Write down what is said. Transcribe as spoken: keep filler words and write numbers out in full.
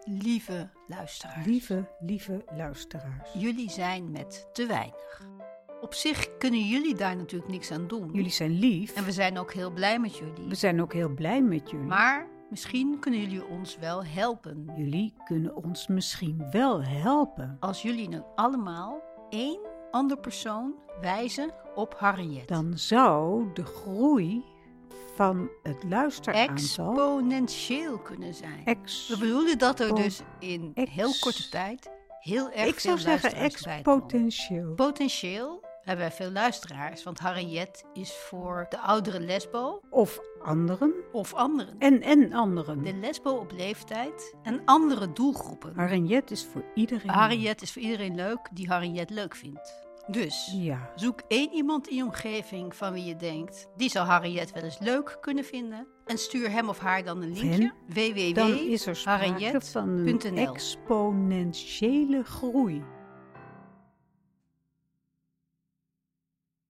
Lieve luisteraars. Lieve, lieve luisteraars. Jullie zijn met te weinig. Op zich kunnen jullie daar natuurlijk niks aan doen. Jullie zijn lief. En we zijn ook heel blij met jullie. We zijn ook heel blij met jullie. Maar misschien kunnen jullie ons wel helpen. Jullie kunnen ons misschien wel helpen. Als jullie nu allemaal één ander persoon wijzen op Harriet. Dan zou de groei van het luisteraantal exponentieel kunnen zijn. Ex- We bedoelen dat er dus in ex- heel korte tijd heel erg Ik veel zou zeggen luisteraars bij komen. exponentieel. Potentieel hebben wij veel luisteraars, want Harriet is voor de oudere lesbo Of anderen. of anderen. En, en anderen. De lesbo op leeftijd en andere doelgroepen. Harriet is voor iedereen. Harriet is voor iedereen leuk die Harriet leuk vindt. Dus Ja. zoek één iemand in je omgeving van wie je denkt, die zou Harriet wel eens leuk kunnen vinden. En stuur hem of haar dan een linkje. Dan is er w w w punt sprake van een harriet punt n l exponentiële groei.